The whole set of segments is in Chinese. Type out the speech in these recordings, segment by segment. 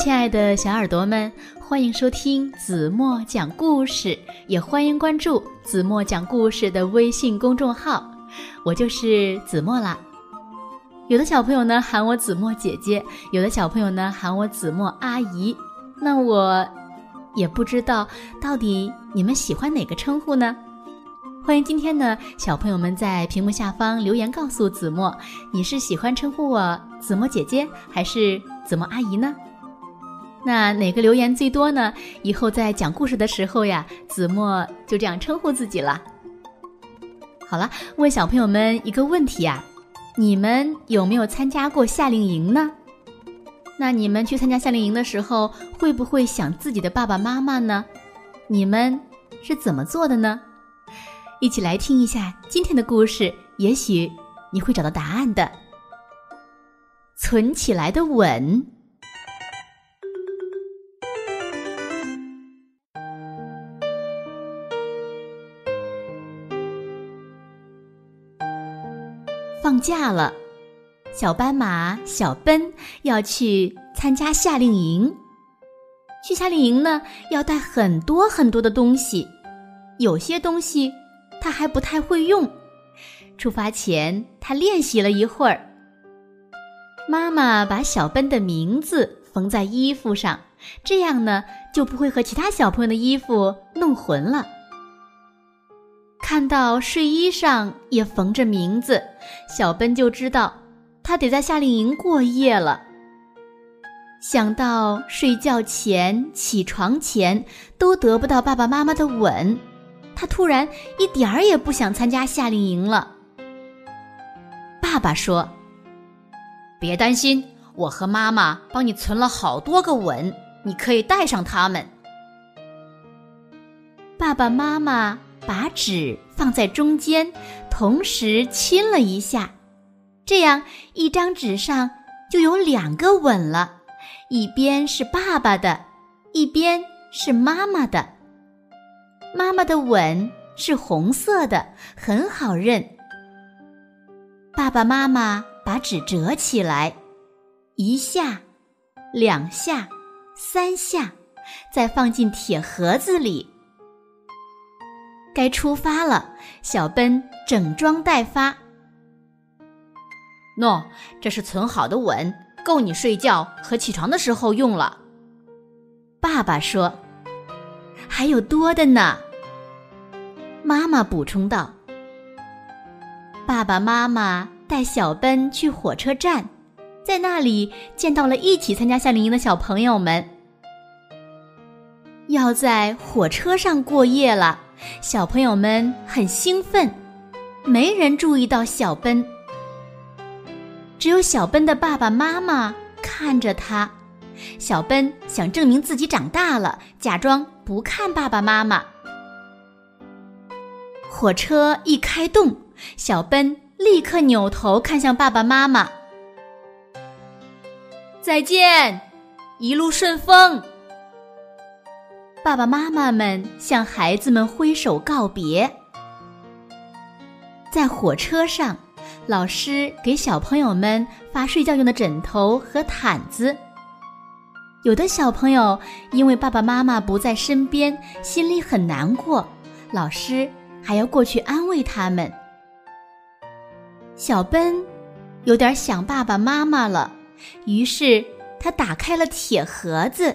亲爱的小耳朵们，欢迎收听子墨讲故事，也欢迎关注子墨讲故事的微信公众号，我就是子墨啦。有的小朋友呢喊我子墨姐姐，有的小朋友呢喊我子墨阿姨，那我也不知道到底你们喜欢哪个称呼呢？欢迎今天呢小朋友们在屏幕下方留言告诉子墨，你是喜欢称呼我子墨姐姐还是子墨阿姨呢？那哪个留言最多呢？以后在讲故事的时候呀，子墨就这样称呼自己了。好了，问小朋友们一个问题啊，你们有没有参加过夏令营呢？那你们去参加夏令营的时候，会不会想自己的爸爸妈妈呢？你们是怎么做的呢？一起来听一下今天的故事，也许你会找到答案的。存起来的吻。放假了，小斑马小奔要去参加夏令营。去夏令营呢，要带很多很多的东西，有些东西他还不太会用。出发前，他练习了一会儿。妈妈把小奔的名字缝在衣服上，这样呢，就不会和其他小朋友的衣服弄混了。看到睡衣上也缝着名字，小奔就知道他得在夏令营过夜了。想到睡觉前、起床前都得不到爸爸妈妈的吻，他突然一点儿也不想参加夏令营了。爸爸说：“别担心，我和妈妈帮你存了好多个吻，你可以带上它们。”爸爸妈妈把纸放在中间，同时亲了一下，这样一张纸上就有2个吻了，一边是爸爸的，一边是妈妈的。妈妈的吻是红色的，很好认。爸爸妈妈把纸折起来，1下、2下、3下，再放进铁盒子里。该出发了，小奔整装待发。喏，这是存好的吻，够你睡觉和起床的时候用了。爸爸说：“还有多的呢。”妈妈补充道。爸爸妈妈带小奔去火车站，在那里见到了一起参加夏令营的小朋友们。要在火车上过夜了，小朋友们很兴奋，没人注意到小奔。只有小奔的爸爸妈妈看着他。小奔想证明自己长大了，假装不看爸爸妈妈。火车一开动，小奔立刻扭头看向爸爸妈妈。再见，一路顺风。爸爸妈妈们向孩子们挥手告别。在火车上，老师给小朋友们发睡觉用的枕头和毯子。有的小朋友因为爸爸妈妈不在身边，心里很难过，老师还要过去安慰他们。小奔有点想爸爸妈妈了，于是他打开了铁盒子。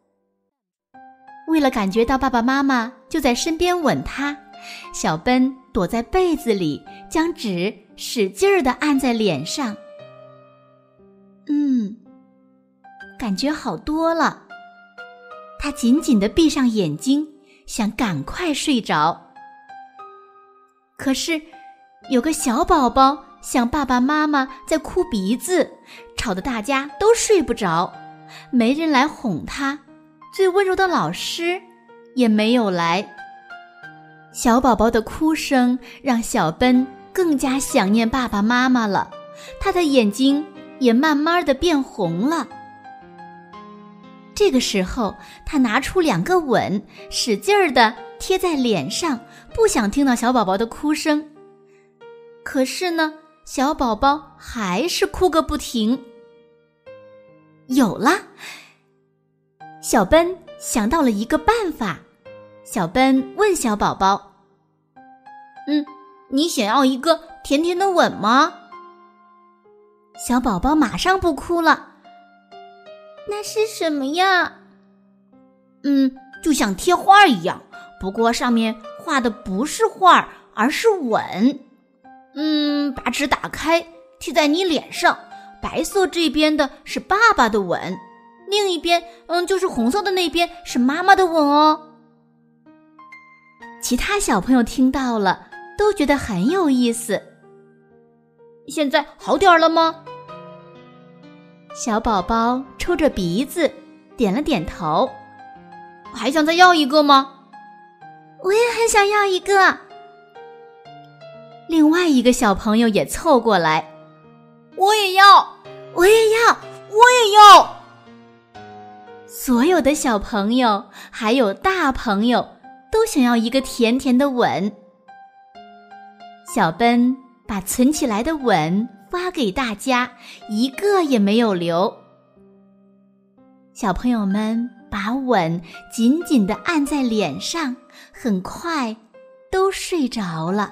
为了感觉到爸爸妈妈就在身边吻他，小奔躲在被子里，将纸使劲儿地按在脸上。感觉好多了。他紧紧地闭上眼睛，想赶快睡着。可是有个小宝宝想爸爸妈妈在哭鼻子，吵得大家都睡不着，没人来哄他，最温柔的老师也没有来。小宝宝的哭声让小奔更加想念爸爸妈妈了，他的眼睛也慢慢地变红了。这个时候，他拿出2个吻，使劲儿地贴在脸上，不想听到小宝宝的哭声。可是呢，小宝宝还是哭个不停。有了， 小奔想到了一个办法，小奔问小宝宝：“你想要一个甜甜的吻吗？”小宝宝马上不哭了：“那是什么呀？”“就像贴画一样，不过上面画的不是画，而是吻。把纸打开，贴在你脸上，白色这边的是爸爸的吻，另一边就是红色的那边是妈妈的吻哦。”其他小朋友听到了，都觉得很有意思。现在好点了吗？小宝宝抽着鼻子，点了点头。还想再要一个吗？我也很想要一个。另外一个小朋友也凑过来，我也要，我也要，我也要。所有的小朋友还有大朋友都想要一个甜甜的吻。小奔把存起来的吻发给大家，一个也没有留。小朋友们把吻紧紧地按在脸上，很快都睡着了。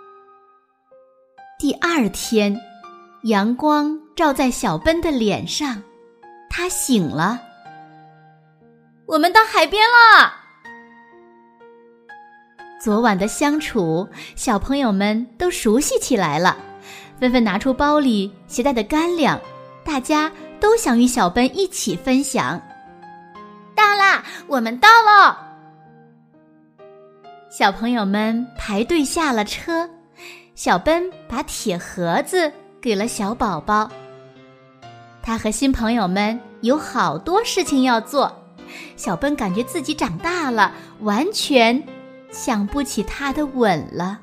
第二天，阳光照在小奔的脸上，他醒了。我们到海边了。昨晚的相处，小朋友们都熟悉起来了，纷纷拿出包里携带的干粮，大家都想与小奔一起分享。到啦，我们到了！小朋友们排队下了车，小奔把铁盒子给了小宝宝。他和新朋友们有好多事情要做，小奔感觉自己长大了，完全想不起他的吻了。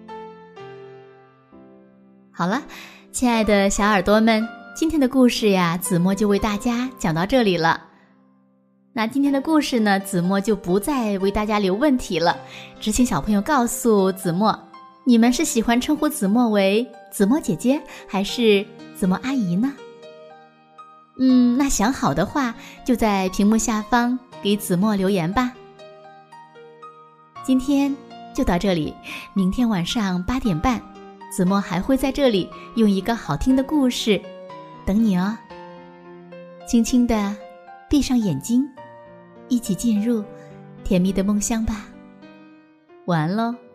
好了，亲爱的小耳朵们，今天的故事呀，子墨就为大家讲到这里了。那今天的故事呢，子墨就不再为大家留问题了，只请小朋友告诉子墨，你们是喜欢称呼子墨为子墨姐姐还是子墨阿姨呢？那想好的话，就在屏幕下方给子墨留言吧。今天就到这里，明天晚上8点半，子墨还会在这里用一个好听的故事等你哦。轻轻地闭上眼睛，一起进入甜蜜的梦乡吧。晚安喽。